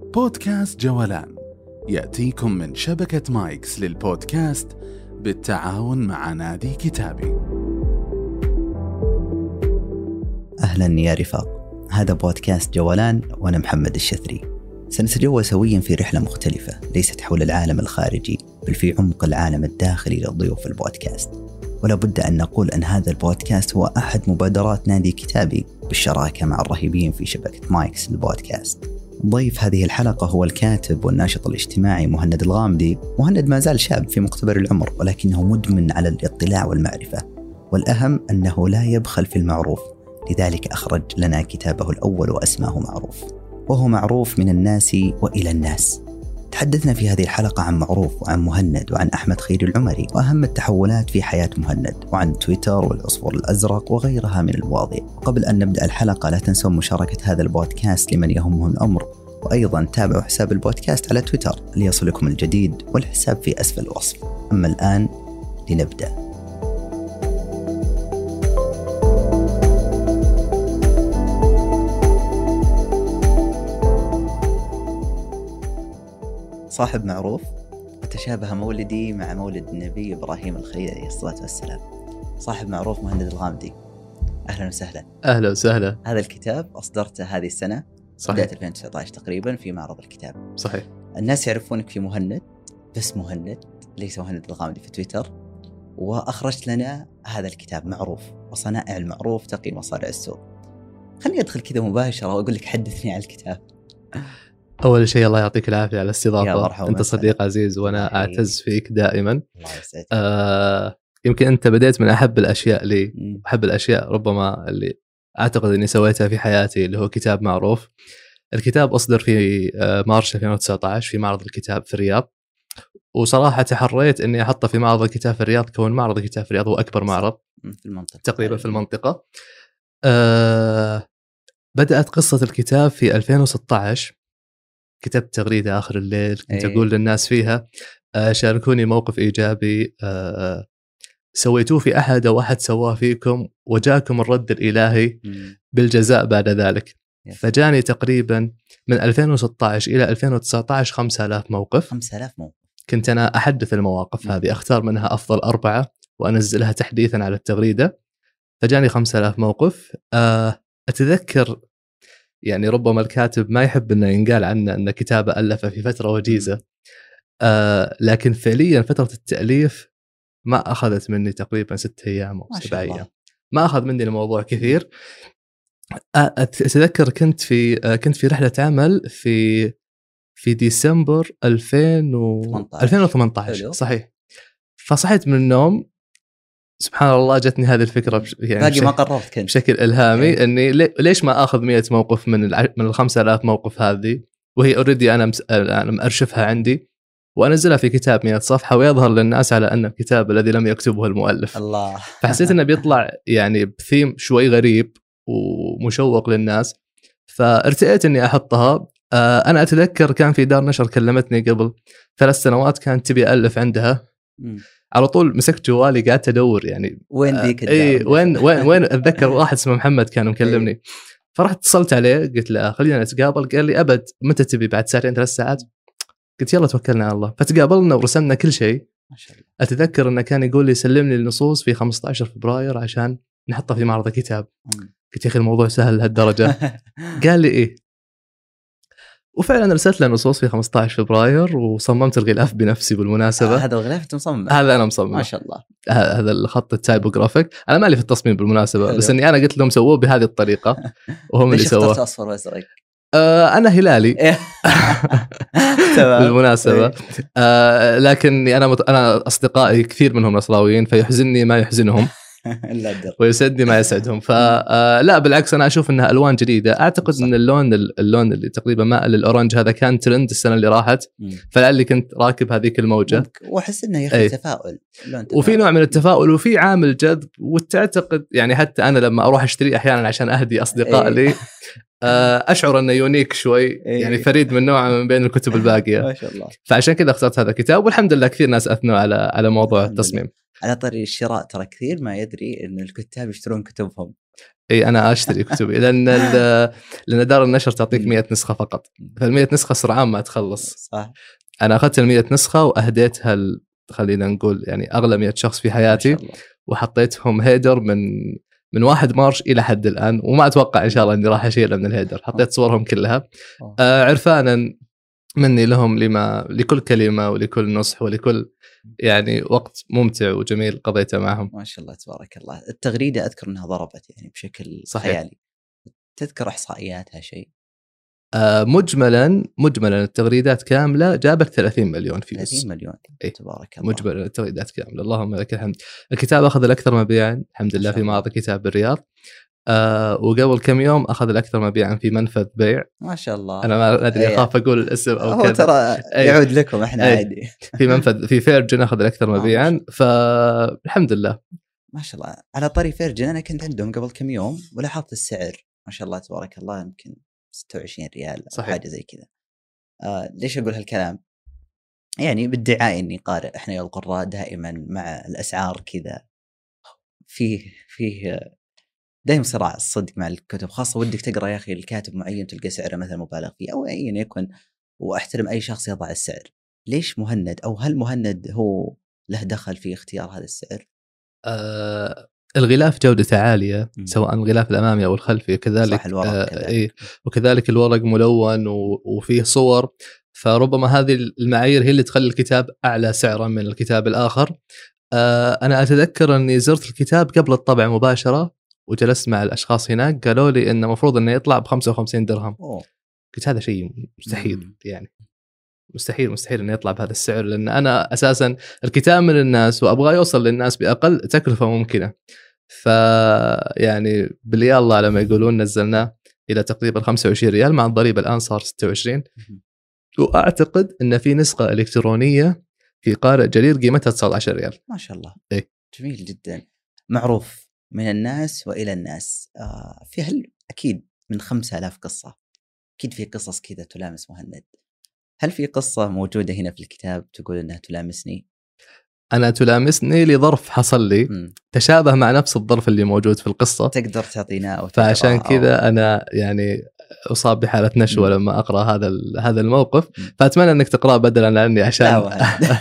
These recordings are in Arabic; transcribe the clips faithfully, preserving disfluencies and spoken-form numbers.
بودكاست جولان يأتيكم من شبكة مايكس للبودكاست بالتعاون مع نادي كتابي. أهلا يا رفاق، هذا بودكاست جولان وأنا محمد الشثري. سنتجول سويا في رحلة مختلفة ليست حول العالم الخارجي بل في عمق العالم الداخلي للضيوف البودكاست. ولا بد أن نقول أن هذا البودكاست هو أحد مبادرات نادي كتابي بالشراكة مع الرهيبين في شبكة مايكس للبودكاست. ضيف هذه الحلقة هو الكاتب والناشط الاجتماعي مهند الغامدي. مهند ما زال شاب في مقتبل العمر ولكنه مدمن على الاطلاع والمعرفة، والأهم أنه لا يبخل في المعروف، لذلك أخرج لنا كتابه الأول وأسماه معروف، وهو معروف من الناس وإلى الناس. تحدثنا في هذه الحلقة عن معروف وعن مهند وعن أحمد خير العمري وأهم التحولات في حياة مهند وعن تويتر والعصفور الأزرق وغيرها من المواضيع. قبل أن نبدأ الحلقة لا تنسوا مشاركة هذا البودكاست لمن يهمه الأمر، وأيضا تابعوا حساب البودكاست على تويتر ليصلكم الجديد، والحساب في أسفل الوصف. أما الآن لنبدأ. صاحب معروف وتشابه مولدي مع مولد النبي إبراهيم الخليل عليه الصلاة والسلام. صاحب معروف مهند الغامدي، أهلا وسهلا. أهلا وسهلا. هذا الكتاب أصدرته هذه السنة بداية ألفين وتسعة عشر تقريبا في معرض الكتاب. صحيح. الناس يعرفونك في مهند، بس مهند ليس مهند الغامدي في تويتر، وأخرجت لنا هذا الكتاب معروف وصنائع المعروف تقي مصارع السوء. خليني أدخل كذا مباشرة وأقول لك حدثني عن الكتاب. أول شيء الله يعطيك العافية على الاستضافة، أنت صديق عزيز وأنا أعتز فيك دائما. الله يسعدك. آه يمكن أنت بديت من أحب الأشياء لي، أحب الأشياء ربما اللي أعتقد أني سويتها في حياتي اللي هو كتاب معروف. الكتاب أصدر في مارس ألفين وتسعة عشر في معرض الكتاب في الرياض، وصراحة تحريت أني أحطه في معرض الكتاب في الرياض كون معرض الكتاب في الرياض هو أكبر معرض في المنطقة تقريبا في المنطقة. آه بدأت قصة الكتاب في ألفين وستة عشر، كتبت تغريدة آخر الليل كنت أيه. أقول للناس فيها آه شاركوني موقف إيجابي آه سويتوه في أحد أو أحد سواه فيكم وجاكم الرد الإلهي م. بالجزاء بعد ذلك. yes. فجاني تقريبا من ألفين وستة عشر إلى ألفين وتسعة عشر خمسة آلاف موقف. خمسة آلاف موقف. كنت أنا أحدث المواقف م. هذه، أختار منها أفضل أربعة وأنزلها تحديثا على التغريدة. فجاني خمسة آلاف موقف. آه أتذكر يعني ربما الكاتب ما يحب أنه ينقال عنه أن كتابه ألف في فترة وجيزة، آه لكن فعليا فترة التأليف ما أخذت مني تقريبا ستة أيام أو سبع أيام، ما أخذ مني الموضوع كثير. أتذكر كنت في كنت في رحلة عمل في في ديسمبر ألفين وثمانية عشر صحيح. فصحيت من النوم سبحان الله جتني هذه الفكرة يعني باقي ما قررت كنت بشكل إلهامي okay. أني ليش ما أخذ مئة موقف من من الخمسة آلاف موقف هذه وهي أوريدي أنا أنا مأرشفها عندي وأنزلها في كتاب مئة صفحة ويظهر للناس على أن الكتاب الذي لم يكتبه المؤلف. الله. فحسيت أنه بيطلع يعني بثيم شوي غريب ومشوق للناس، فارتأيت أني أحطها. أنا أتذكر كان في دار نشر كلمتني قبل ثلاث سنوات كانت تبي ألف عندها م. على طول مسكت جوالي قاعدت أدور يعني وين ذيك الدار اي وين وين وين أتذكر واحد اسمه محمد كان مكلمني فرحت اتصلت عليه قلت له خلينا نتقابل، قال لي أبد متى تبي بعد ساعتين ثلاث ساعات؟ قلت يلا توكلنا على الله. فتقابلنا ورسمنا كل شيء. ما شاء الله. أتذكر أنه كان يقول لي سلم لي النصوص في خمسة عشر فبراير عشان نحطها في معرض الكتاب. قلت يا أخي الموضوع سهل لهالدرجة؟ قال لي إيه، وفعلا رسلت له نصوص في خمسة عشر فبراير وصممت الغلاف بنفسي بالمناسبة. آه هذا الغلاف أنت مصمم؟ هذا أنا مصمم ما شاء الله. هذا الخط التايبوغرافيك أنا مالي في التصميم بالمناسبة حلو. بس إني أنا قلت لهم سووه بهذه الطريقة وهم اللي سووه. ليش اخترت أصفر وأزرق؟ آه أنا هلالي بالمناسبة. آه لكن أنا مت... أنا أصدقائي كثير منهم نصراويين فيحزنني ما يحزنهم ويسعدني ما يسعدهم. فلا بالعكس أنا أشوف أنها ألوان جديدة. أعتقد صح. أن اللون اللون اللي تقريبا مائل للأورنج هذا كان ترند السنة اللي راحت، فلعلي كنت راكب هذيك الموجة وأحس أنه يخلي تفاؤل. وفي نوع من التفاؤل وفي عامل جذب. وتعتقد يعني حتى أنا لما أروح أشتري أحيانا عشان أهدي أصدقاء لي اشعر انه يونيك شوي، يعني فريد من نوعه من بين الكتب الباقيه. ما شاء الله. فعشان كذا اخترت هذا الكتاب، والحمد لله كثير ناس اثنوا على على موضوع التصميم. على طريق الشراء، ترى كثير ما يدري ان الكتاب يشترون كتبهم. اي انا اشتري كتبي لان لان دار النشر تعطيك مية نسخه فقط، فالمية نسخه سرعان ما تخلص. صح. انا اخذت المية نسخه واهديتها ل... خلينا نقول يعني اغلى مية شخص في حياتي، وحطيتهم هيدر من من واحد مارش الى حد الان، وما اتوقع ان شاء الله اني راح اشيله من الهيدر. حطيت صورهم كلها آه عرفانا مني لهم لما لكل كلمه ولكل نصح ولكل يعني وقت ممتع وجميل قضيته معهم. ما شاء الله تبارك الله. التغريده اذكر انها ضربت يعني بشكل صحيح. خيالي. تذكر احصائياتها شيء؟ آه مجملا مجملا التغريدات كامله جابت ثلاثين مليون فيوز. ثلاثين مليون. أي. تبارك الله. مجملا التغريدات كامله، اللهم لك الحمد. الكتاب اخذ الاكثر مبيعا الحمد لله في معرض كتاب بالرياض، آه وقبل كم يوم اخذ الاكثر مبيعا في منفذ بيع. ما شاء الله. انا ما ادري اخاف اقول الاسم او كذا، ترى يعود لكم احنا أي. عادي. في منفذ في فيرجن اخذ الاكثر مبيعا، فالحمد لله. ما شاء الله. على طريق فيرجن انا كنت عندهم قبل كم يوم ولاحظت السعر ما شاء الله تبارك الله يمكن ستة وعشرين ريال أو حاجه زي كذا. آه ليش اقول هالكلام؟ يعني بالدعاء اني قارئ، احنا يا القراء دائما مع الاسعار كذا فيه فيه دائما صراع الصدق مع الكتب، خاصه ودك تقرا يا اخي الكاتب معين تلقى سعره مثلا مبالغ فيه او ايا يكن، واحترم اي شخص يضع السعر. ليش مهند، او هل مهند هو له دخل في اختيار هذا السعر؟ آه الغلاف جودته عاليه م. سواء الغلاف الامامي او الخلفي، كذلك آه إيه وكذلك الورق ملون وفيه صور، فربما هذه المعايير هي اللي تخلي الكتاب اعلى سعرا من الكتاب الاخر. آه انا اتذكر اني زرت الكتاب قبل الطبع مباشره وجلست مع الاشخاص هناك، قالوا لي انه المفروض انه يطلع ب خمسة وخمسين درهم. قلت هذا شيء مستحيل مم. يعني مستحيل مستحيل انه يطلع بهذا السعر، لان انا اساسا الكتاب من الناس وابغى يوصل للناس باقل تكلفه ممكنه. فيعني بالله الله على ما يقولون نزلناه الى تقريبا خمسة وعشرين ريال، مع الضريبه الان صار ستة وعشرين. واعتقد ان في نسخه الكترونيه في قارئ جرير قيمتها تسعة عشر ريال. ما شاء الله. إيه؟ جميل جدا. معروف من الناس والى الناس. آه في هل اكيد من خمسة آلاف قصه، اكيد في قصص كذا تلامس مهند. هل في قصه موجوده هنا في الكتاب تقول انها تلامسني؟ انا تلامسني لظرف حصل لي م. تشابه مع نفس الظرف اللي موجود في القصه، تقدر تعطينا او فعشان كذا انا يعني اصاب بحاله نشوه م. لما اقرا هذا هذا الموقف م. فاتمنى انك تقراه بدلا عني عشان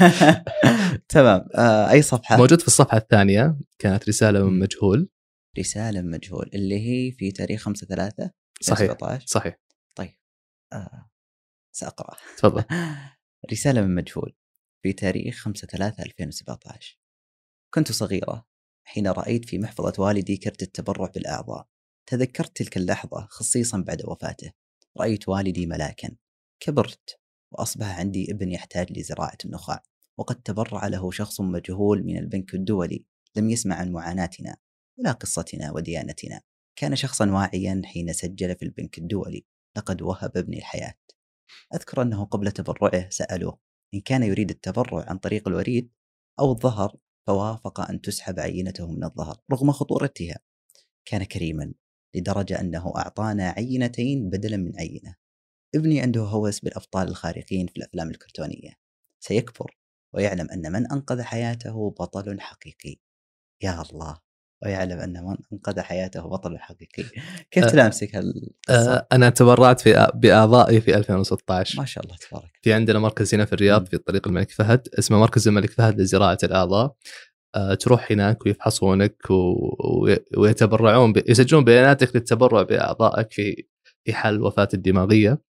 تمام. آه اي صفحه؟ موجود في الصفحه الثانيه، كانت رساله من مجهول. رساله من مجهول اللي هي في تاريخ خمسة ثلاثة صحيح صحيح. طيب آه ساقرا. تفضل. رساله من مجهول في تاريخ خمسة ثلاثة ألفين وسبعة عشر. كنت صغيرة حين رأيت في محفظة والدي كرت التبرع بالأعضاء. تذكرت تلك اللحظة خصيصا بعد وفاته. رأيت والدي ملاكا. كبرت وأصبح عندي ابن يحتاج لزراعة النخاع، وقد تبرع له شخص مجهول من البنك الدولي لم يسمع عن معاناتنا ولا قصتنا وديانتنا. كان شخصا واعيا حين سجل في البنك الدولي لقد وهب ابني الحياة. أذكر أنه قبل تبرعه سألوه إن كان يريد التبرع عن طريق الوريد أو الظهر، فوافق أن تسحب عينته من الظهر رغم خطورتها. كان كريما لدرجة أنه أعطانا عينتين بدلا من عينة. ابني عنده هوس بالأبطال الخارقين في الأفلام الكرتونية. سيكبر ويعلم أن من أنقذ حياته بطل حقيقي. يا الله. ويعلم أن من أنقذ حياته بطل حقيقي. كيف أه تلامسك هالقصة؟ أه أنا تبرعت في بأعضائي في ألفين وستة عشر. ما شاء الله تبارك. في عندنا مركز هنا في الرياض م. في طريق الملك فهد، اسمه مركز الملك فهد لزراعة الأعضاء. أه تروح هناك ويفحصونك و... ويتبرعون ب... يسجلون بياناتك للتبرع بأعضائك في في حال الوفاة الدماغية.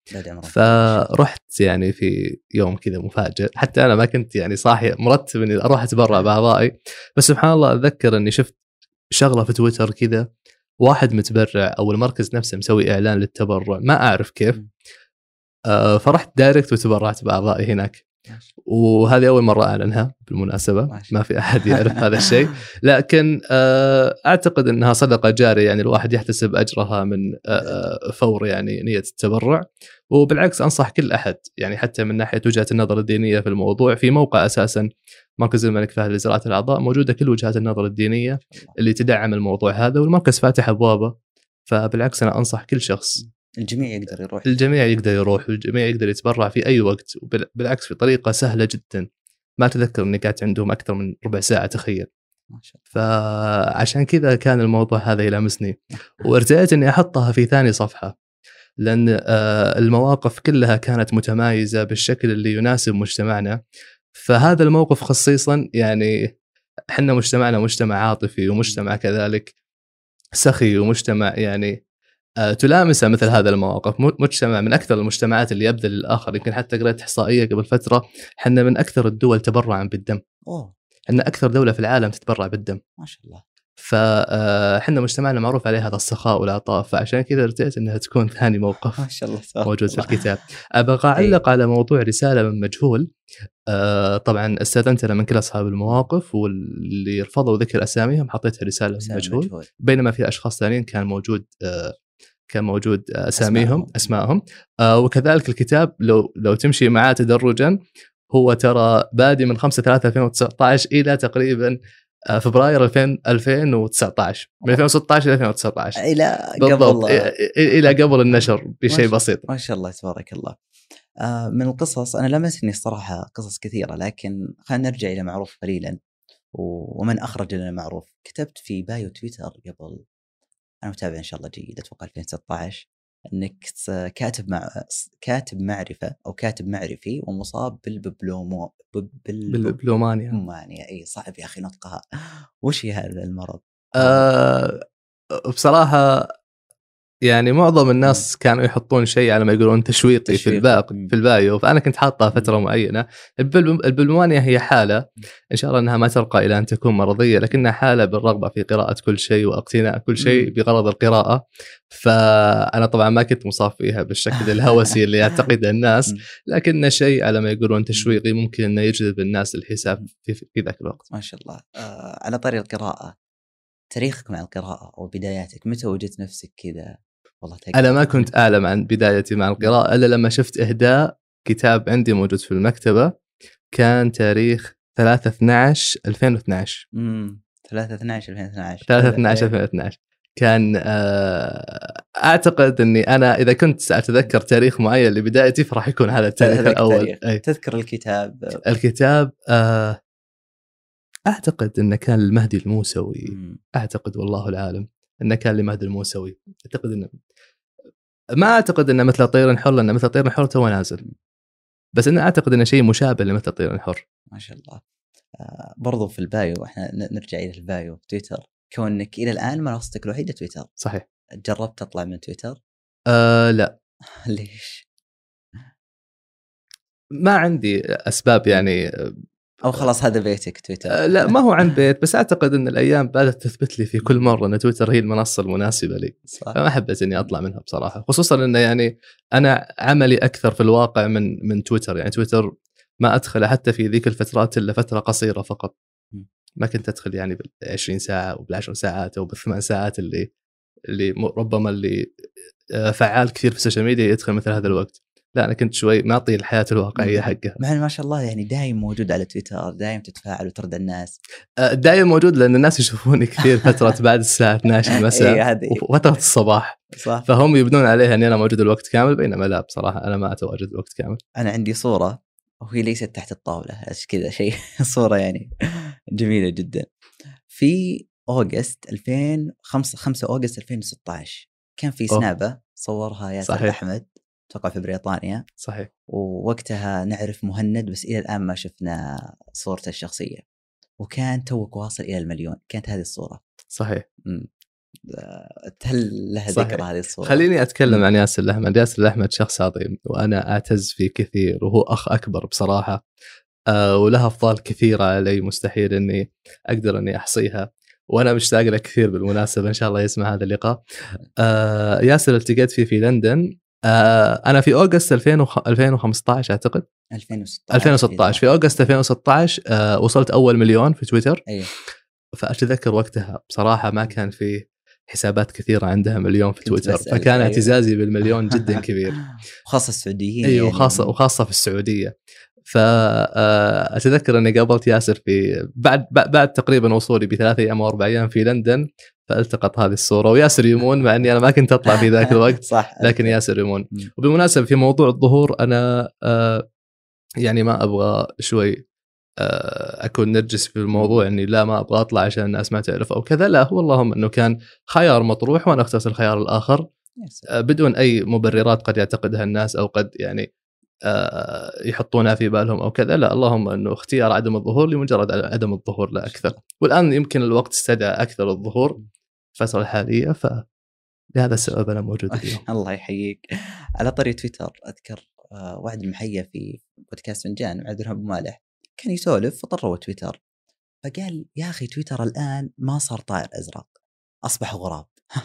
فرحت يعني في يوم كذا مفاجئ، حتى أنا ما كنت يعني صاحي مرتب إني أروح أتبرع بأعضائي، بس سبحان الله أتذكر إني شفت شغلة في تويتر كذا، واحد متبرع أو المركز نفسه مسوي إعلان للتبرع، ما أعرف كيف. آه فرحت دايركت وتبرعت بأعضائي هناك، وهذه أول مرة أعلنها بالمناسبة، ما في أحد يعرف هذا الشيء، لكن آه أعتقد أنها صدقة جارية، يعني الواحد يحتسب أجرها من آه فور يعني نية التبرع. وبالعكس أنصح كل أحد يعني حتى من ناحية وجهة النظر الدينية في الموضوع، في موقع أساسا مركز الملك فهد لزراعة الأعضاء موجودة كل وجهات النظر الدينية اللي تدعم الموضوع هذا، والمركز فاتح أبوابه. فبالعكس أنا أنصح كل شخص الجميع يقدر يروح الجميع يقدر يروح والجميع يقدر يتبرع في أي وقت، وبالعكس بطريقة سهلة جدا. ما أتذكر أني قعدت عندهم أكثر من ربع ساعة تخيل. ما شاء الله. فعشان كذا كان الموضوع هذا يلامسني، وارتأيت أني أحطها في ثاني صفحة، لأن المواقف كلها كانت متمايزة بالشكل اللي يناسب مجتمعنا. فهذا الموقف خصيصا يعني احنا مجتمعنا مجتمع عاطفي، ومجتمع كذلك سخي، ومجتمع يعني تلامسه مثل هذا المواقف. مجتمع من أكثر المجتمعات اللي يبذل للآخر. يمكن حتى قرأت إحصائية قبل فترة، احنا من أكثر الدول تبرعا بالدم. أوه. احنا أكثر دولة في العالم تتبرع بالدم. ما شاء الله. فاحنا مجتمعنا معروف عليه هذا السخاء والعطاء، فعشان كذا ارتأيت انها تكون ثاني موقف ما شاء الله موجود في الكتاب. ابغى اعلق على موضوع رساله من مجهول. آه طبعا استاذنت انا من كل اصحاب المواقف، واللي رفضوا ذكر اساميهم حطيتها رساله من مجهول. مجهول بينما في اشخاص ثانيين كان موجود آه كان موجود اساميهم اسمائهم. آه وكذلك الكتاب لو لو تمشي معاه تدرجا، هو ترى بادي من خمسة ثلاثة ألفين وتسعة عشر الى تقريبا فبراير ألفين وتسعة عشر، من ألفين وستة عشر إلى ألفين وتسعة عشر إلى بالضبط، قبل إلى قبل النشر بشيء بسيط. ما شاء الله تبارك الله. آه من القصص أنا لمسني الصراحة قصص كثيرة، لكن خلينا نرجع إلى معروف قليلا. ومن أخرج لنا معروف، كتبت في بايو تويتر قبل، أنا متابع إن شاء الله جيد، أتوقع ألفين وستة عشر، أنك كاتب مع كاتب معرفة أو كاتب معرفي ومصاب بالببلومو بالببلومانيا. بالببلومانيا أي صعب يا أخي نطقها. وش هي هذا المرض؟ أه بصراحة يعني معظم الناس كانوا يحطون شيء على ما يقولون تشويقي في الباق في البايو، فأنا كنت حاطها فترة معينة. الببلومانيا هي حالة إن شاء الله أنها ما ترقى إلى أن تكون مرضية، لكنها حالة بالرغبة في قراءة كل شيء واقتناء كل شيء بغرض القراءة. فأنا طبعا ما كنت مصاب فيها بالشكل الهوسي اللي يعتقده الناس، لكن شيء على ما يقولون تشويقي ممكن أنه يجذب الناس الحساب في, في ذاك الوقت. ما شاء الله. آه على طريق القراءة، تاريخك مع القراءة أو بداياتك، متى وجدت نفسك كذا والله تقرأ؟ أنا ما كنت أعلم عن بدايتي مع القراءة إلا لما شفت إهداء كتاب عندي موجود في المكتبة، كان تاريخ ثلاثة اثنا عشر ألفين واثنا عشر. امم ثلاثة اثنا عشر ألفين واثنا عشر ثلاثة اثنا عشر ألفين واثنا عشر كان أعتقد أني أنا إذا كنت سأتذكر تاريخ معين لبدايتي فراح يكون هذا التاريخ الأول. أي. تذكر الكتاب؟ الكتاب أعتقد أنه كان المهدي الموسوي. مم. أعتقد والله العالم أنه كان لمهدي الموسوي. أعتقد أنه ما أعتقد أنه مثل طير حر، لأنه مثل طير حر تو نازل، بس أنا أعتقد أنه شيء مشابه لمثل طير حر. ما شاء الله. آه برضو في البايو، إحنا نرجع إلى البايو في تويتر، كونك إلى الآن منصتك الوحيدة تويتر. صحيح. جربت تطلع من تويتر؟ آه لا. ليش؟ ما عندي أسباب يعني، أو خلاص هذا بيتك تويتر. آه لا ما هو عن بيت، بس أعتقد أن الأيام بدأت تثبت لي في كل مرة أن تويتر هي المنصة المناسبة لي. صح. فما حبيت أني أطلع منها بصراحة، خصوصا أنه يعني أنا عملي أكثر في الواقع من من تويتر. يعني تويتر ما أدخل حتى في ذيك الفترات إلا فترة قصيرة فقط، ما كنت أدخل يعني بالعشرين ساعة وبالعشر ساعات أو بالثمان ساعات اللي اللي ربما اللي فعال كثير في السوشيال ميديا يدخل مثل هذا الوقت. لا أنا كنت شوي معطي الحياة الواقعية حقها. مع ما شاء الله يعني دايم موجود على تويتر، دايم تتفاعل وترد الناس. دايم موجود لأن الناس يشوفوني كثير فترة بعد الساعة اثنا عشر مساء وفترة الصباح. صح. فهم يبنون عليها أني أنا موجود الوقت كامل، بينما لا بصراحة أنا ما أتواجد الوقت كامل. أنا عندي صورة وهي ليست تحت الطاولة كذا شيء صورة يعني جميلة جدا. في أغسطس ألفين وخمسة خمسة أغسطس ألفين وستة عشر كان في سنابة صورها ياسر صحيح. أحمد توقع في بريطانيا. صحيح. ووقتها نعرف مهند، بس إلى الآن ما شفنا صورته الشخصية، وكان توك واصل إلى المليون. كانت هذه الصورة. صحيح. م. هل لها ذكر هذه الصورة؟ خليني أتكلم م. عن ياسر الأحمد. ياسر الأحمد شخص عظيم وأنا أعتز فيه كثير، وهو أخ أكبر بصراحة، أه ولها أفضال كثيرة علي مستحيل أني أقدر أني أحصيها، وأنا مشتاق له كثير بالمناسبة. إن شاء الله يسمع هذا اللقاء. أه ياسر التقيت فيه في لندن. أه أنا في أغسطس ألفين وخمسة عشر أعتقد ألفين وستة عشر ألفين وستة عشر في أغسطس ألفين وستة عشر أه وصلت أول مليون في تويتر. أيه. فأتذكر وقتها بصراحة ما كان في حسابات كثيرة عندها مليون في تويتر، فكان اعتزازي بالمليون جدا كبير. وخاصة السعوديين. أيوة يعني. وخاصة وخاصة في السعودية. فأتذكر أني قابلت ياسر في بعد بعد تقريبا وصولي بثلاثة أيام أو أربع أيام في لندن، فالتقط هذه الصوره وياسر يمون، مع اني انا ما كنت اطلع في ذاك الوقت صح، لكن ياسر يمون. وبالمناسبه في موضوع الظهور انا آه يعني ما ابغى شوي آه اكون نرجس في الموضوع اني لا ما ابغى اطلع عشان الناس ما تعرف او كذا، لا هو اللهم انه كان خيار مطروح وانا اخترت الخيار الاخر آه بدون اي مبررات قد يعتقدها الناس او قد يعني آه يحطونها في بالهم او كذا، لا اللهم انه اختيار عدم الظهور لمجرد عدم الظهور لا اكثر. والان يمكن الوقت استدعى اكثر الظهور الفتره الحاليه، فلهذا السبب انا موجود اليوم. الله يحييك. على طريق تويتر اذكر آه واحد المحيا في بودكاست فنجان عبد الرحمن مالح كان يسولف فطروا تويتر، فقال يا اخي تويتر الان ما صار طائر ازرق، اصبح غراب.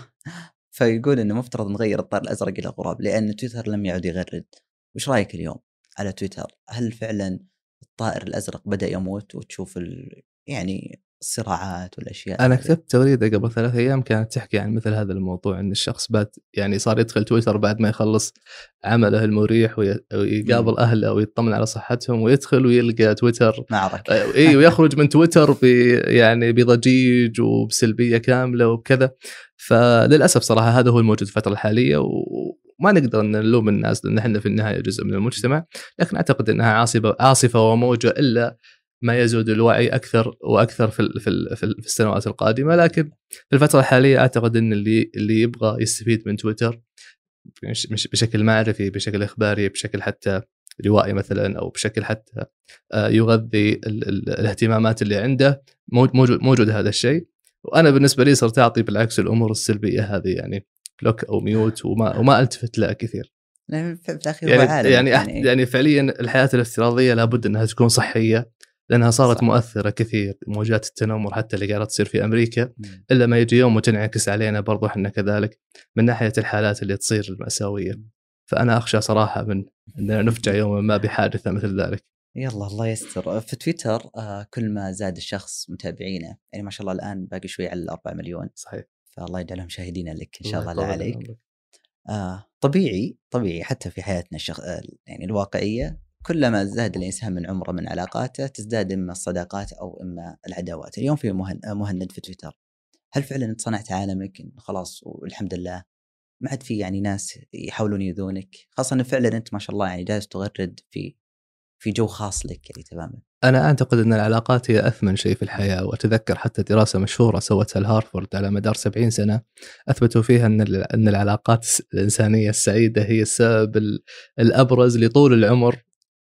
فيقول انه مفترض نغير الطائر الازرق الى غراب لان تويتر لم يعد يغرد. وش رايك اليوم على تويتر؟ هل فعلا الطائر الازرق بدا يموت وتشوف ال... يعني الصراعات والاشياء؟ انا كتبت تغريده قبل ثلاث ايام كانت تحكي عن مثل هذا الموضوع، ان الشخص بات يعني صار يدخل تويتر بعد ما يخلص عمله المريح ويقابل م. اهله ويطمن على صحتهم، ويدخل ويلقى تويتر معركه اي ويخرج من تويتر ب يعني بضجيج وبسلبيه كامله وبكذا. فللاسف صراحه هذا هو الموجود في الفتره الحاليه، وما نقدر نلوم الناس لان احنا في النهايه جزء من المجتمع، لكن اعتقد انها عاصفه عاصفه وموجه الا ما يزود الوعي أكثر وأكثر في في في السنوات القادمة. لكن في الفترة الحالية أعتقد أن اللي اللي يبغى يستفيد من تويتر مش مش بشكل معرفي، بشكل إخباري، بشكل حتى روائي مثلا، أو بشكل حتى يغذي ال ال الاهتمامات اللي عنده، موجود موجود هذا الشيء. وأنا بالنسبة لي صرت أعطي بالعكس الأمور السلبية هذه، يعني بلوك أو ميوت، وما وما ألتفت لها كثير. يعني يعني, يعني, يعني يعني فعليا الحياة الافتراضية لابد أنها تكون صحية، لأنها صارت صح. مؤثرة كثير. موجات التنمر حتى اللي قاعدة تصير في أمريكا مم. إلا ما يجي يوم وتنعكس علينا برضو إحنا كذلك من ناحية الحالات اللي تصير المأساوية. فأنا أخشى صراحة من أننا نفجع يوما ما بحادثة مثل ذلك. يلا الله يستر. في تويتر آه كل ما زاد الشخص متابعينه، يعني ما شاء الله الآن باقي شوي على الأربع مليون. صحيح. فالله يجعلهم شاهدين لك إن شاء الله. لا عليك. آه طبيعي طبيعي حتى في حياتنا الشخ... يعني الواقعية، كلما زاد الإنسان من عمره من علاقاته تزداد إما الصداقات أو إما العداوات. اليوم في مهند في تويتر، هل فعلا صنعت عالمك خلاص والحمد لله ما عاد في يعني ناس يحاولون يذونك، خاصة إن فعلا أنت ما شاء الله يعني جالس تغرد في في جو خاص لك يعني تماما؟ أنا أعتقد أن العلاقات هي أثمن شيء في الحياة. وأتذكر حتى دراسة مشهورة سوتها الهارفورد على مدار سبعين سنة أثبتوا فيها أن أن العلاقات الإنسانية السعيدة هي السبب الأبرز لطول العمر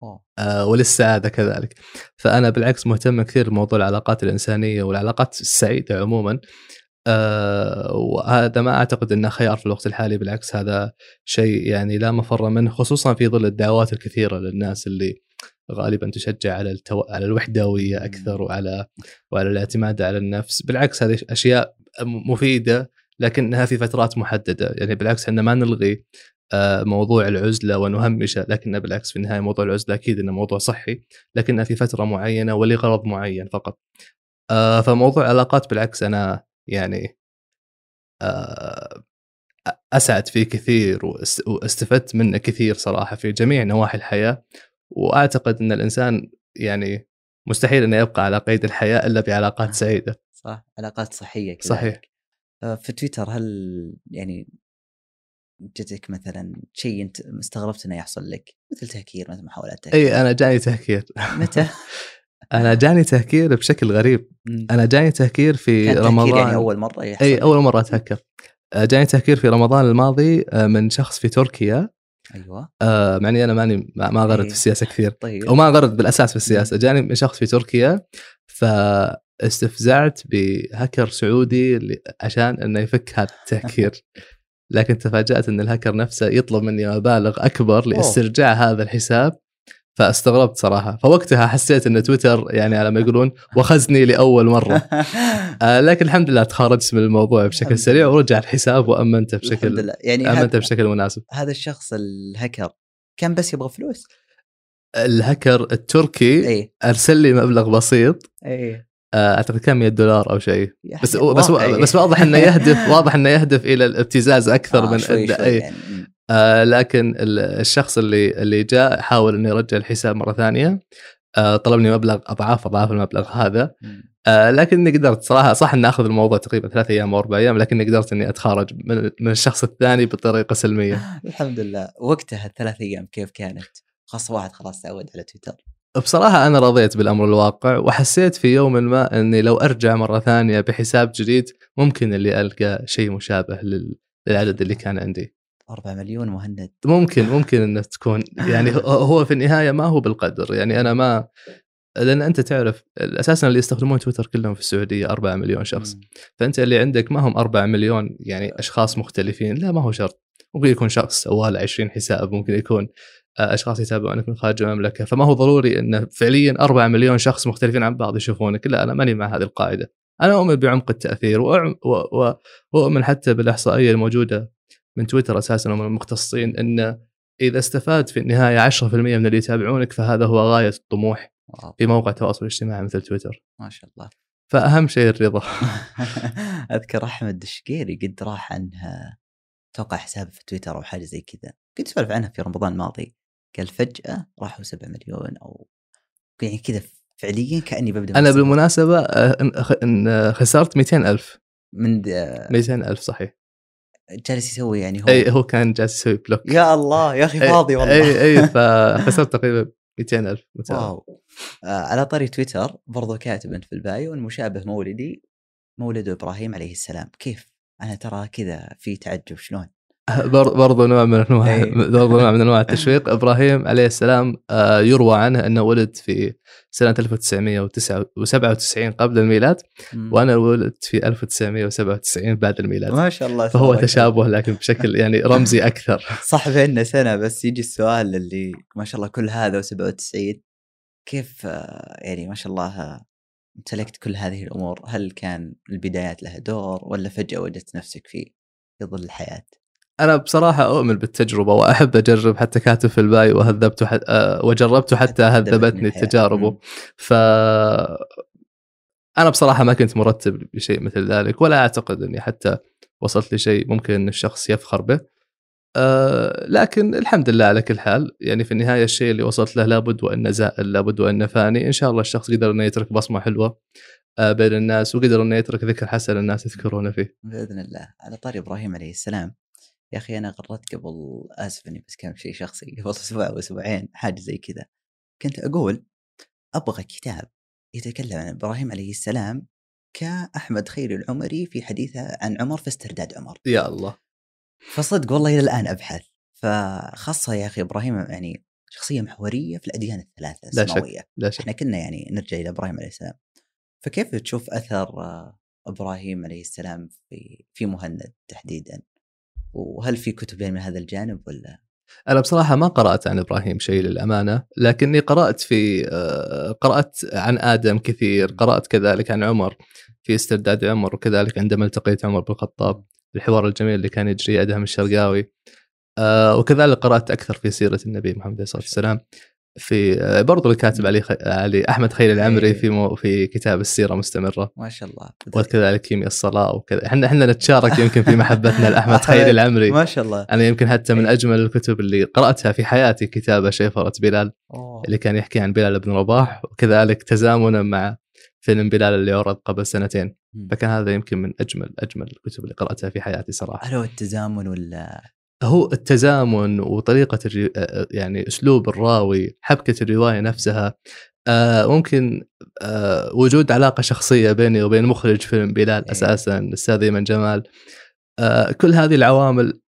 آه وللسعادة كذلك. فأنا بالعكس مهتم كثير بموضوع العلاقات الإنسانية والعلاقات السعيدة عموما. آه وهذا ما أعتقد أنه خيار في الوقت الحالي، بالعكس هذا شيء يعني لا مفر منه، خصوصا في ظل الدعوات الكثيرة للناس اللي غالبا تشجع على التو... على الوحدوية أكثر وعلى وعلى الاعتماد على النفس. بالعكس هذه أشياء مفيدة لكنها في فترات محددة. يعني بالعكس إحنا ما نلغي موضوع العزلة ونهمشه، لكن بالعكس في النهاية موضوع العزلة أكيد إنه موضوع صحي لكنه في فترة معينة ولغرض معين فقط. فموضوع العلاقات بالعكس أنا يعني أسعد فيه كثير واستفدت منه كثير صراحة في جميع نواحي الحياة. وأعتقد أن الإنسان يعني مستحيل أنه يبقى على قيد الحياة إلا بعلاقات سعيدة. صح، علاقات صحية كذلك. صحيح. في تويتر هل يعني جتك مثلا شيء انت استغربت انه يحصل لك، مثل تهكير، مثل محاولات تهكير؟ اي انا جاني تهكير. متى؟ انا جاني تهكير بشكل غريب. انا جاني تهكير في رمضان. يعني اول مره يحصل؟ اي اول مره اتهكر. جاني تهكير في رمضان الماضي من شخص في تركيا. ايوه. آه معني انا ماني ما غرد في السياسه كثير. طيب. وما غرد بالاساس في السياسه. جاني من شخص في تركيا فاستفزعت بهكر سعودي عشان انه يفك هذا التهكير. لكن تفاجأت أن الهاكر نفسه يطلب مني مبالغ أكبر لاسترجاع أوه. هذا الحساب. فاستغربت صراحة. فوقتها حسيت أن تويتر يعني على ما يقولون وخزني لأول مرة. آه لكن الحمد لله تخارجت من الموضوع بشكل سريع ورجع الحساب وأمنته بشكل يعني أمنته بشكل مناسب. هذا الشخص الهاكر كان بس يبغى فلوس. الهاكر التركي أي. أرسل لي مبلغ بسيط. أي. اعتقد كان مية دولار او شيء. بس بس بس واضح انه يهدف واضح انه يهدف الى الابتزاز اكثر آه من شوي شوي اي يعني. آه لكن الشخص اللي اللي جاء حاول انه يرجع الحساب مره ثانيه. طلبني مبلغ اضعاف اضعاف المبلغ هذا. آه لكني قدرت صراحه، صح ان اخذ الموضوع تقريبا ثلاث ايام او اربع ايام، لكني قدرت اني اتخارج من, من الشخص الثاني بطريقه سلميه. الحمد لله. وقتها الثلاث ايام كيف كانت؟ خاصه واحد خلاص تعود على تويتر. بصراحه انا رضيت بالامر الواقع، وحسيت في يوم ما اني لو ارجع مره ثانيه بحساب جديد ممكن اللي القى شيء مشابه للعدد اللي كان عندي. أربعة مليون مهند. ممكن ممكن انه تكون يعني هو في النهايه ما هو بالقدر، يعني انا ما، لأن أنت تعرف أساساً اللي يستخدمون تويتر كلهم في السعودية أربعة مليون شخص. مم. فأنت اللي عندك ما هم أربعة مليون يعني أشخاص مختلفين، لا ما هو شرط. ممكن يكون شخص سوال عشرين حساب، ممكن يكون أشخاص يتابعونك من خارج المملكة، فما هو ضروري أن فعلياً أربعة مليون شخص مختلفين عن بعض يشوفونك. لا، أنا ماني مع هذه القاعدة. أنا أؤمن بعمق التأثير، وأؤمن حتى بالإحصائية الموجودة من تويتر أساساً ومن المختصين أن إذا استفاد في النهاية عشرة بالمئة من اللي يتابعونك فهذا هو غاية الطموح في موقع تواصل اجتماعي مثل تويتر. ما شاء الله. فأهم شيء الرضا. أذكر أحمد الشقيري قد راح عنها توقع حسابه في تويتر أو حاجة زي كذا، كنت سولف عنها في رمضان الماضي، قال فجأة راحوا سبعة مليون أو يعني كذا فعليا كأني ببدأ. أنا بالمناسبة إن خسرت مئتين ألف من مئتين ألف صحيح. جالس يسوي يعني هو أي هو كان جالس يسوي بلوك. يا الله يا أخي فاضي والله. أي أي فخسرت تقريبا مئتين ألف. واو. آه على طريق تويتر برضو كاتب أنت في البايو المشابه مولدي مولد إبراهيم عليه السلام. كيف أنا ترى كذا في تعجب شلون؟ برضو نوع من انواع برضو نوع من انواع التشويق. ابراهيم عليه السلام يروى عنه انه ولد في سنه ألف وتسعمئة وسبعة وتسعين قبل الميلاد، وانا ولدت في ألف وتسعمئة وسبعة وتسعين بعد الميلاد. ما شاء الله. فهو تشابه لكن بشكل يعني رمزي اكثر. صح بيننا سنه، بس يجي السؤال اللي ما شاء الله كل هذا وسبعة وتسعين كيف يعني ما شاء الله امتلكت كل هذه الامور؟ هل كان البدايات لها دور ولا فجاه وجدت نفسك في في ظل الحياه؟ أنا بصراحة أؤمن بالتجربة وأحب أجرب، حتى كاتب في الباي وهذبته حت... أه وجربته حتى هذبتني تجاربه. ف أنا بصراحة ما كنت مرتب بشيء مثل ذلك، ولا أعتقد أني حتى وصلت لشيء ممكن أن الشخص يفخر به. أه لكن الحمد لله على كل حال، يعني في النهاية الشيء اللي وصلت له لابد وأن زائل لابد وأن فاني. إن شاء الله الشخص قدر أنه يترك بصمة حلوة أه بين الناس، وقدر أنه يترك ذكر حسن الناس يذكرونه فيه بإذن الله. على طاري إبراهيم عليه السلام، يا أخي أنا قررت قبل، آسف إني بس كان شيء شخصي، قبل أسبوع وأسبوعين حاجة زي كذا، كنت أقول أبغى كتاب يتكلم عن إبراهيم عليه السلام كأحمد خير العمري في حديثه عن عمر في استرداد عمر. يا الله. فصدق والله إلى الآن أبحث. فخاصة يا أخي إبراهيم يعني شخصية محورية في الأديان الثلاثة السماوية. لا شك. إحنا كنا يعني نرجع إلى إبراهيم عليه السلام. فكيف تشوف أثر إبراهيم عليه السلام في في مهند تحديدا؟ وهل في كتب من هذا الجانب ولا؟ أنا بصراحة ما قرأت عن إبراهيم شيء للأمانة، لكني قرأت في قرأت عن آدم كثير، قرأت كذلك عن عمر في استرداد عمر، وكذلك عندما التقيت عمر بن الخطاب الحوار الجميل اللي كان يجري أدهم الشرقاوي، وكذلك قرأت أكثر في سيرة النبي محمد صلى الله عليه وسلم في برضو الكاتب علي خ... علي أحمد خير العمري في مو... في كتاب السيرة مستمرة. ما شاء الله. وكذلك كيمياء الصلاة وكذا. احنا احنا نتشارك يمكن في محبتنا لأحمد خير العمري. ما شاء الله. أنا يمكن حتى من أجمل الكتب اللي قرأتها في حياتي كتابة شيفرة بلال أوه. اللي كان يحكي عن بلال بن رباح، وكذلك تزامنا مع فيلم بلال اللي عرض قبل سنتين. م. فكان هذا يمكن من أجمل أجمل الكتب اللي قرأتها في حياتي صراحة. هل هو التزامن ولا؟ هو التزامن وطريقة الري... يعني أسلوب الراوي، حبكة الرواية نفسها، آه ممكن آه وجود علاقة شخصية بيني وبين مخرج فيلم بلال إيه. أساساً الأستاذ أيمن جمال، آه كل هذه العوامل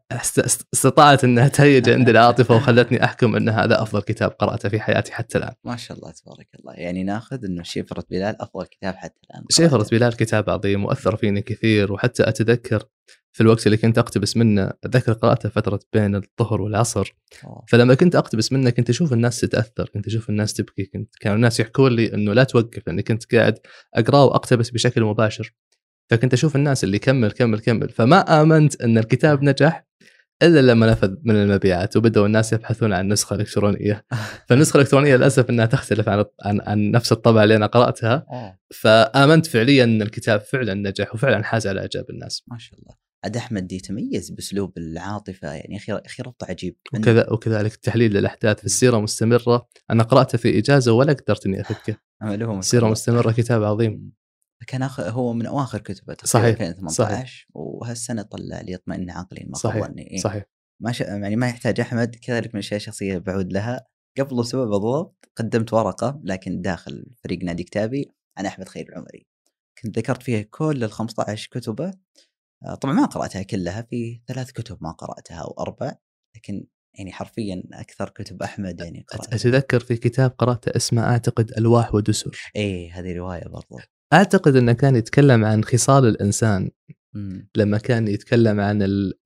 استطاعت أنها تهيج عندي العاطفة وخلتني أحكم أن هذا أفضل كتاب قرأته في حياتي حتى الآن. ما شاء الله تبارك الله. يعني ناخذ أنه شيفرة بلال أفضل كتاب حتى الآن. شيفرة بلال كتاب عظيم وأثر فيني كثير، وحتى أتذكر في الوقت اللي كنت أقتبس منه، أتذكر قرأته فترة بين الظهر والعصر. أوه. فلما كنت أقتبس منه كنت أشوف الناس تتأثر، كنت أشوف الناس تبكي، كنت كانوا الناس يحكون لي أنه لا توقف، لأني كنت قاعد أقرأ وأقتبس بشكل مباشر. فكنت أشوف الناس اللي كمل كمل كمل، فما آمنت أن الكتاب نجح إلا لما نفذ من المبيعات وبدأوا الناس يبحثون عن نسخة إلكترونية. فالنسخة الإلكترونية للأسف أنها تختلف عن عن, عن نفس الطبعة اللي أنا قرأتها. فآمنت فعليا أن الكتاب فعلا نجح وفعلا حاز على إعجاب الناس. ما شاء الله. عاد أحمد يتميز بأسلوب العاطفة، يعني أخي أخي ربط عجيب. وكذا وكذلك التحليل للأحداث في السيرة مستمرة، أنا قرأته في إجازة ولا قدرت إني أفكه. السيرة مستمرة كتاب عظيم. كان أخ... هو من أواخر كتبه تقريبا صحيح ألفين وثمانية عشر. صحيح. وهالسنة طلع لي يطمئن عقلي ما صحيح ظني. إيه؟ صحيح. ما ش... يعني ما يحتاج أحمد. كذلك من الأشياء الشخصية بعود لها قبل سبب بالضبط، قدمت ورقة لكن داخل فريق نادي كتابي عن أحمد خير العمري، كنت ذكرت فيها كل ال خمسة عشر كتبه. طبعا ما قرأتها كلها، في ثلاث كتب ما قرأتها أو أربع، لكن يعني حرفيا أكثر كتب أحمد يعني قرأتها. أتذكر في كتاب قرأته اسمه أعتقد ألواح ودسر. إيه هذه رواية برضو. أعتقد أنه كان يتكلم عن خصال الإنسان. مم. لما كان يتكلم عن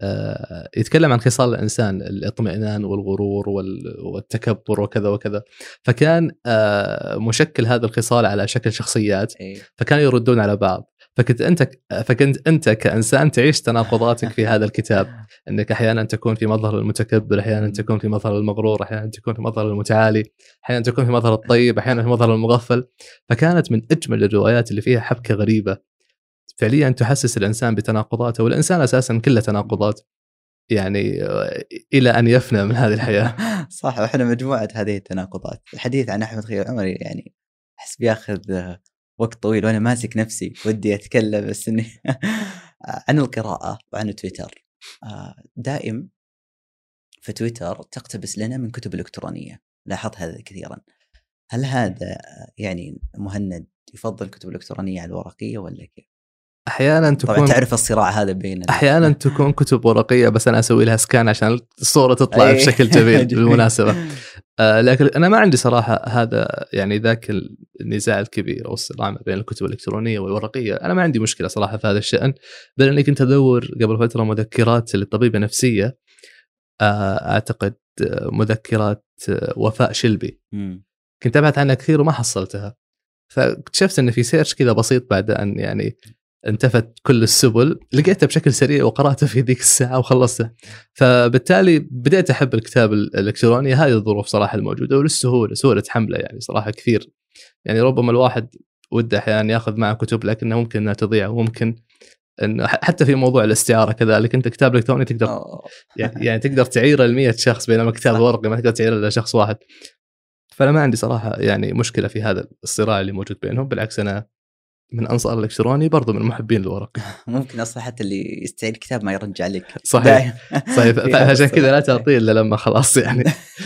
يتكلم عن خصال الإنسان، الاطمئنان والغرور والتكبر وكذا وكذا، فكان مشكل هذا الخصال على شكل شخصيات. إيه. فكانوا يردون على بعض، فكنت أنت فكنت أنت كإنسان تعيش تناقضاتك في هذا الكتاب، أنك أحيانا تكون في مظهر المتكبر، أحيانا تكون في مظهر المغرور، أحيانا تكون في مظهر المتعالي، أحيانا تكون في مظهر الطيب، أحيانا في مظهر المغفل. فكانت من أجمل الروايات اللي فيها حبكة غريبة فعليا تحسس الإنسان بتناقضاته، والإنسان أساسا كله تناقضات يعني إلى أن يفنى من هذه الحياة. صح. وإحنا مجموعة هذه التناقضات. الحديث عن أحمد خير العمري يعني أحس بياخذ وقت طويل، وأنا ماسك نفسي ودي أتكلم، بس إني عن القراءة وعن تويتر. دائم في تويتر تقتبس لنا من كتب إلكترونية، لاحظت هذا كثيرا. هل هذا يعني مهند يفضل الكتب الإلكترونية على الورقية ولا كيف؟ أحيانا تكون طبعا تعرف الصراع هذا بين أحيانا تكون كتب ورقية بس أنا أسوي لها سكان عشان الصورة تطلع بشكل جميل بالمناسبة. آه لكن أنا ما عندي صراحة هذا يعني ذاك النزاع الكبير أو الصراع بين الكتب الإلكترونية والورقية. أنا ما عندي مشكلة صراحة في هذا الشأن، بل أني كنت أدور قبل فترة مذكرات للطبيبة نفسية، آه أعتقد مذكرات وفاء شلبي. م. كنت أبحث عنها كثير وما حصلتها، فاكتشفت أن في سيرش كذا بسيط بعد أن يعني انتفت كل السبل لقيته بشكل سريع وقرأته في ذيك الساعة وخلصته. فبالتالي بدأت أحب الكتاب الإلكتروني. هذه الظروف صراحة الموجودة، وللسهولة سهولة حمله يعني صراحة كثير. يعني ربما الواحد وده أحيانا يأخذ معه كتب لكنه ممكن أنها تضيع، وممكن إنه حتى في موضوع الاستعارة كذلك، أنت كتاب إلكتروني تقدر يعني, يعني تقدر تعيره لمية شخص، بينما كتاب ورقي ما تقدر تعيره لشخص واحد. فأنا ما عندي صراحة يعني مشكلة في هذا الصراع اللي موجود بينهم، بالعكس أنا من أنصار الإلكتروني برضو من محبين الورق. ممكن أصلا حتى اللي يستعير الكتاب ما يرجع لك. صحيح صحيح. فعشان كذا لا تعطيه إلا لما خلاص يعني.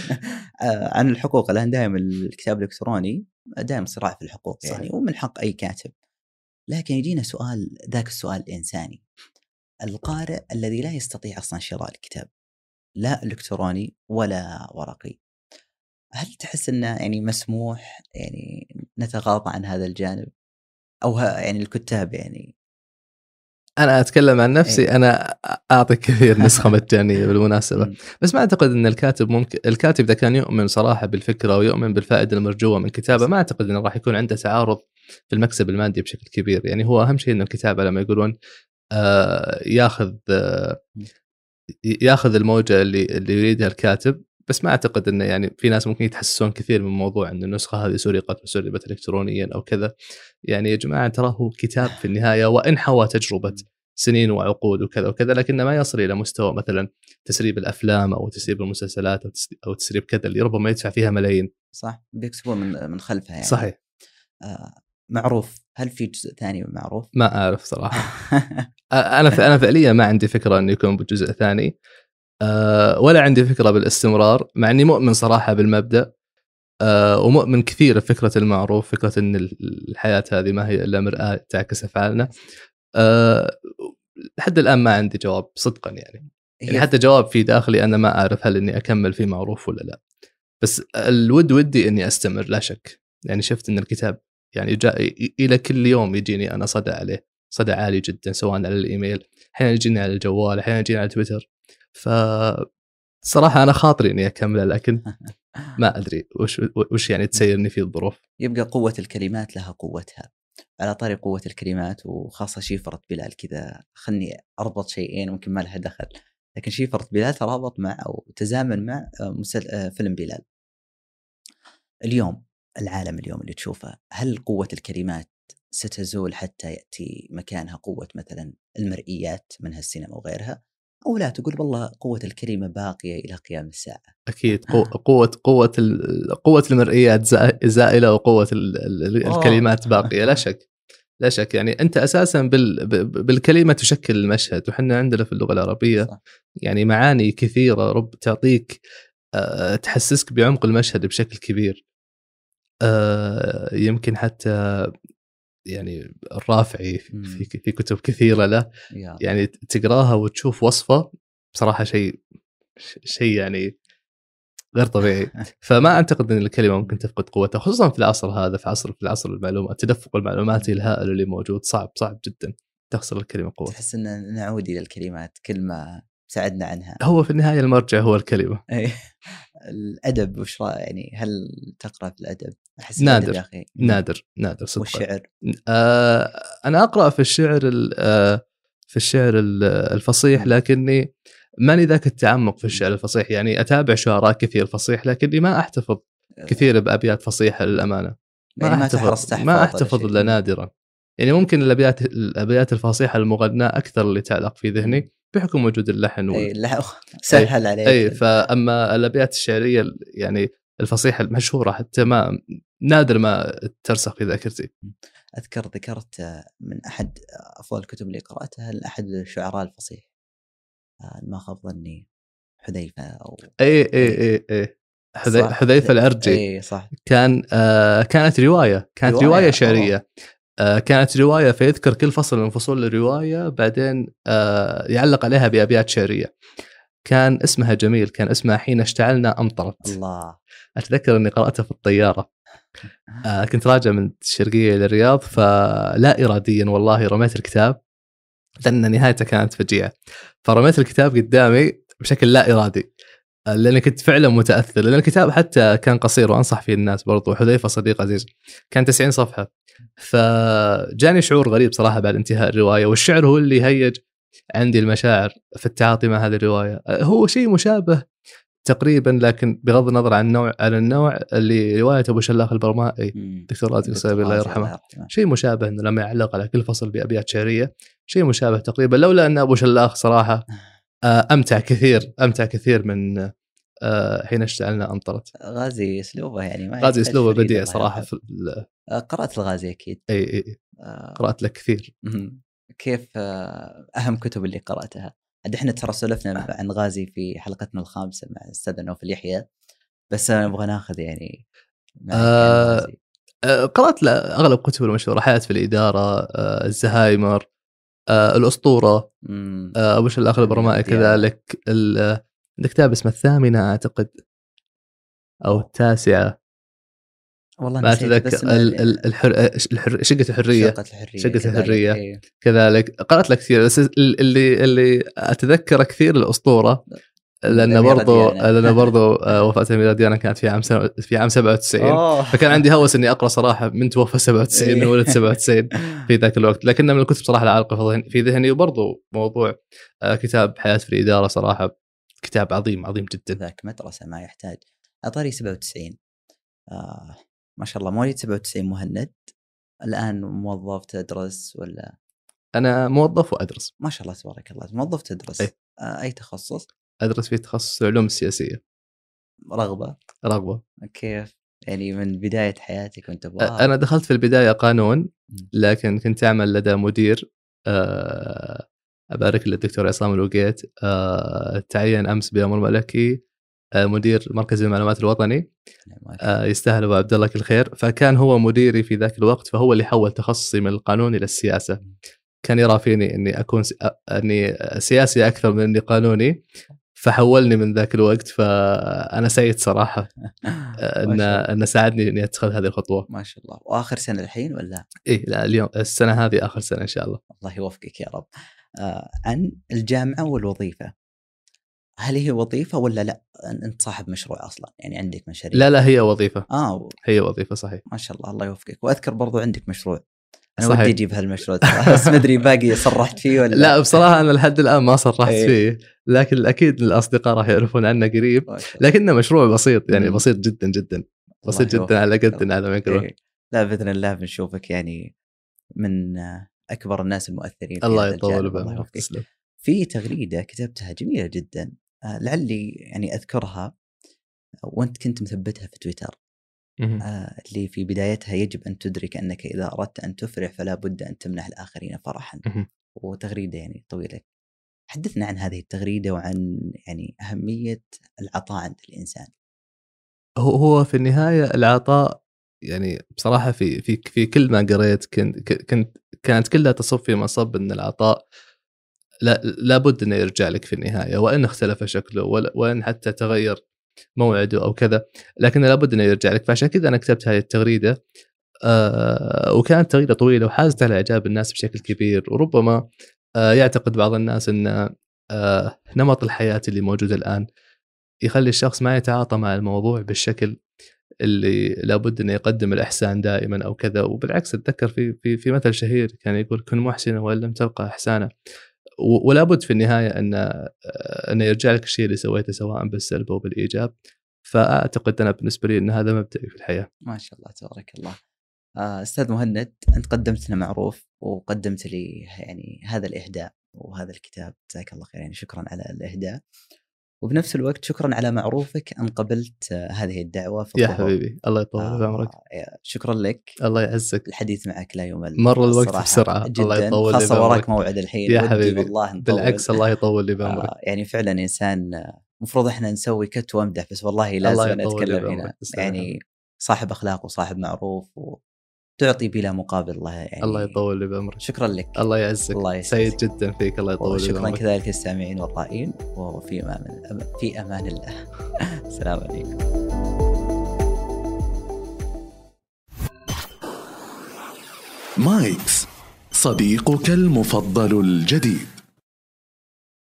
عن الحقوق الآن دائما الكتاب الإلكتروني دائما صراع في الحقوق يعني. صحيح. ومن حق أي كاتب. لكن يجينا سؤال، ذاك السؤال الإنساني، القارئ الذي لا يستطيع أصلا شراء الكتاب لا إلكتروني ولا ورقي، هل تحس أنه يعني مسموح يعني نتغاضى عن هذا الجانب أو يعني الكتاب؟ يعني أنا أتكلم عن نفسي. إيه؟ أنا أعطي كثير نسخة مجانية بالمناسبة، بس ما أعتقد أن الكاتب ممكن الكاتب إذا كان يؤمن صراحة بالفكرة ويؤمن بالفائدة المرجوة من الكتابة، ما أعتقد أنه راح يكون عنده تعارض في المكسب المادي بشكل كبير. يعني هو أهم شيء أن الكتابة لما يقولون آه ياخذ آه ياخذ الموجة اللي اللي يريدها الكاتب. بس ما أعتقد أنه يعني في ناس ممكن يتحسسون كثير من موضوع أن النسخة هذه سرقت وسربت إلكترونيا أو كذا. يعني يا جماعة ترى هو كتاب في النهاية، وإن حوى تجربة سنين وعقود وكذا وكذا، لكن ما يصل إلى مستوى مثلا تسريب الأفلام أو تسريب المسلسلات أو تسريب كذا اللي ربما يدفع فيها ملايين. صح، بيكسبون من من خلفها يعني. صحيح. آه معروف. هل في جزء ثاني معروف؟ ما أعرف صراحة. أنا أنا فعليا ما عندي فكرة أن يكون بجزء ثاني، أه ولا عندي فكرة بالاستمرار، مع أني مؤمن صراحة بالمبدأ، أه ومؤمن كثير بفكرة المعروف، فكرة أن الحياة هذه ما هي إلا مرآة تعكس أفعالنا. أه لحد الآن ما عندي جواب صدقا يعني. يعني حتى جواب في داخلي أنا ما أعرف هل أني أكمل في معروف ولا لا، بس الود ودي أني أستمر لا شك. يعني شفت أن الكتاب يعني جاء إلى كل يوم يجيني أنا صدى عليه، صدى عالي جدا، سواء على الإيميل، أحيانا يجيني على الجوال، أحيانا يجيني على تويتر. فصراحة أنا خاطري إني أكمله، لكن ما أدري وش وش يعني تسيرني في الظروف. يبقى قوة الكلمات لها قوتها. على طاري قوة الكلمات وخاصة شيفرة بلال كذا، خلني أربط شيئين ممكن ما لها دخل، لكن شيفرة بلال ترابط مع أو تزامن مع مسل... فيلم بلال. اليوم العالم اليوم اللي تشوفه، هل قوة الكلمات ستزول حتى يأتي مكانها قوة مثلا المرئيات منها السينما وغيرها، أو لا تقول والله قوة الكلمة باقية إلى قيام الساعة؟ أكيد قوة قوة قوة المرئيات زائلة وقوة الكلمات باقية، لا شك لا شك. يعني أنت أساسا بال بالكلمة تشكل المشهد، وحنا عندنا في اللغة العربية صح. يعني معاني كثيرة رب تعطيك أه تحسسك بعمق المشهد بشكل كبير. أه يمكن حتى يعني الرافعي في في كتب كثيرة له يعني تقراها وتشوف وصفة بصراحة شيء شيء يعني غير طبيعي. فما أعتقد أن الكلمة ممكن تفقد قوتها، خصوصا في العصر هذا، في عصر في العصر المعلومات، تدفق المعلوماتي الهائل اللي موجود، صعب صعب جدا تخسر الكلمة قوتها. تحس أن نعود إلى الكلمات كلمة ساعدنا عنها. هو في النهاية المرجع هو الكلمة. الأدب وش يعني هل تقرأ في الأدب؟ أحس نادر يا أخي. نادر نادر صدقا. والشعر؟ آه أنا أقرأ في الشعر آه في الشعر الفصيح، لكني ماني ذاك التعمق في الشعر الفصيح. يعني أتابع شعراء كثير فصيح، لكني ما أحتفظ كثير بأبيات فصيحة للأمانة. ما يعني أحتفظ ما أحتفظ إلا نادرا. يعني ممكن الأبيات الأبيات الفصيحة المغناة أكثر اللي تعلق في ذهني بحكم وجود اللحن وال... أي سهل عليك. أي فأما الأبيات الشعرية يعني الفصيحة المشهورة حتى ما نادر ما ترسخ في ذاكرتي. أذكر ذكرت من أحد أفضل الكتب اللي قرأتها لأحد الشعراء الفصيح، ما خاب ظني حذيفة أو أي أي أي أي حذي... حذيفة العرجي. أي صح. كان آه كانت رواية كانت رواية, رواية شعرية. آه كانت رواية، فيذكر كل فصل من فصول الرواية، بعدين آه يعلق عليها بأبيات شعرية. كان اسمها جميل، كان اسمها حين اشتعلنا أمطرت. الله. أتذكر أني قرأتها في الطيارة. آه كنت راجع من الشرقية إلى الرياض، فلا إراديا والله رميت الكتاب، لأن نهايته كانت فجيعة، فرميت الكتاب قدامي بشكل لا إرادي، لأني كنت فعلا متأثر، لأن الكتاب حتى كان قصير وأنصح فيه الناس برضو. حذيفة صديق عزيز، كان تسعين صفحة، فجاني شعور غريب صراحة بعد انتهاء الرواية. والشعر هو اللي هيج عندي المشاعر في التعاطي مع هذه الرواية. هو شيء مشابه تقريبا، لكن بغض النظر عن النوع عن النوع اللي رواية أبو شلاخ البرمائي دكتور راتب الصيبي الله يرحمه، شيء مشابه، إنه لما يعلق على كل فصل بأبيات شعرية، شيء مشابه تقريبا. لولا أن أبو شلاخ صراحة أمتع كثير أمتع كثير من حين اشتعلنا أمطرت. غازي أسلوبه يعني ما غازي أسلوبه بديع صراحة. في قرأت الغازي أكيد. أي أي قرأت له كثير. كيف أهم كتب اللي قرأتها؟ عاد إحنا ترى سولفنا عن غازي في حلقتنا الخامسة مع الأستاذ نوف اليحيى، بس أنا أبغى ناخذ يعني آه آه قرأت أغلب كتب المشهورة، حياة في الإدارة، آه الزهايمر، آه الأسطورة، آه أبو شلاخ البرمائي كذلك. الكتاب اسمه الثامنة أعتقد أو التاسعة والله ما أتذكر. الحر... الحر... شقة الحرية شقة الحرية, شقة الحرية كذلك, كذلك. قرأت لك كثير، بس اللي اللي أتذكر كثير الأسطورة، لأن برضو لأن برضو وفاة أميرة ديانا كانت في عام سنة... في عام سبعة وتسعين، فكان عندي هوس إني أقرأ صراحة من توفى سبعة وتسعين من ولد سبعة وتسعين في ذاك الوقت. لكن من الكتب صراحة العالقة في ذهني. وبرضو موضوع كتاب حياة في الإدارة صراحة كتاب عظيم عظيم جدا. ذاك مدرسة ما يحتاج. أطاري سبعة وتسعين آه. ما شاء الله مواليد سبعة وتسعين مهند، الآن موظف تدرس ولا؟ أنا موظف وأدرس. ما شاء الله تبارك الله. موظف تدرس أي, آه أي تخصص؟ أدرس في تخصص العلوم السياسية. رغبة؟ رغبة. كيف يعني من بداية حياتك كنت تبغى؟ أنا دخلت في البداية قانون، لكن كنت أعمل لدى مدير أه أبارك للدكتور عصام الوقيت، أه تعين أمس بأمر ملكي مدير مركز المعلومات الوطني، يستاهل أبو عبد الله كل خير. فكان هو مديري في ذاك الوقت، فهو اللي حول تخصصي من القانون إلى السياسة. كان يرى فيني أني أكون س... أني سياسي أكثر من أني قانوني، فحولني من ذاك الوقت. فأنا سعيد صراحة أن أن ساعدني إني أتخذ هذه الخطوة. ما شاء الله. وآخر سنة الحين ولا؟ إيه لا، اليوم السنة هذه آخر سنة إن شاء الله. الله يوفقك يا رب. آه عن الجامعة والوظيفة، هل هي وظيفة ولا لا أنت صاحب مشروع أصلا يعني عندك مشاريع؟ لا لا هي وظيفة. آه و... هي وظيفة صحيح. ما شاء الله الله يوفقك. وأذكر برضو عندك مشروع أنا صحيح. ودي أجيب هالمشروع بس ما أدري باقي صرحت فيه ولا لا؟ بصراحة أنا لحد الآن ما صرحت فيه، لكن أكيد الأصدقاء راح يعرفون عنه قريب. لكنه مشروع بسيط يعني مم. بسيط جدا جدا بسيط جدا على قدنا على ما يقولون. لا بإذن الله بنشوفك يعني من أكبر الناس المؤثرين في الله هذا يطول الجانب. الله بعمرك. يوفقك. تسلم. في تغريدة كتبتها جميلة جدا، آه لعلي يعني أذكرها وأنت كنت مثبتها في تويتر، آه اللي في بدايتها: يجب أن تدرك أنك إذا أردت أن تفرح فلا بد أن تمنح الآخرين فرحا. وتغريدة يعني طويلة. حدثنا عن هذه التغريدة وعن يعني أهمية العطاء عند الإنسان. هو هو في النهاية العطاء يعني بصراحة في في في كل ما قريت كنت كنت كانت كلها تصب في مصب أن العطاء لا لابد أنه يرجع لك في النهاية، وإن اختلف شكله وإن حتى تغير موعده أو كذا، لكن لابد أنه يرجع لك. فعشان كذا أنا كتبت هذه التغريدة، آه وكانت تغريدة طويلة وحازت على إعجاب الناس بشكل كبير. وربما آه يعتقد بعض الناس أن آه نمط الحياة اللي موجود الآن يخلي الشخص ما يتعاطى مع الموضوع بالشكل اللي لابد أن يقدم الإحسان دائما أو كذا. وبالعكس أتذكر في في في مثل شهير كان يقول: كن محسنا وإن لم تلقى إحسانا. ولا بد في النهاية أن أن يرجع لك الشيء اللي سويته سواء بالسلب أو بالإيجاب. فأعتقد أنا بالنسبة لي أن هذا مبدئي في الحياة. ما شاء الله تبارك الله. أستاذ مهند، أنت قدمت لنا معروف وقدمت لي يعني هذا الإهداء وهذا الكتاب، جزاك الله خير، يعني شكرا على الإهداء، وبنفس الوقت شكرا على معروفك أن قبلت هذه الدعوة في يا حبيبي الله يطول آه بعمرك. شكرا لك، الله يعزك. الحديث معك لا يمل، مر الوقت بسرعة جدا، الله يطول خاصة وراك موعد الحين يا حبيبي. والله بالعكس الله يطول لي بعمرك. آه يعني فعلا إنسان مفروض إحنا نسوي كت وامدح، بس والله لازم نتكلم هنا، يعني صاحب أخلاق وصاحب معروف وتعطي بلا مقابل. الله يعني الله يطول لي بعمرك. شكرا لك. الله يعزك. الله سعيد جدا فيك. الله يطول لي شكرا كذلك السامعين والرائين، وفي أمان في أمان الله. السلام عليكم. مايكس صديقك المفضل الجديد.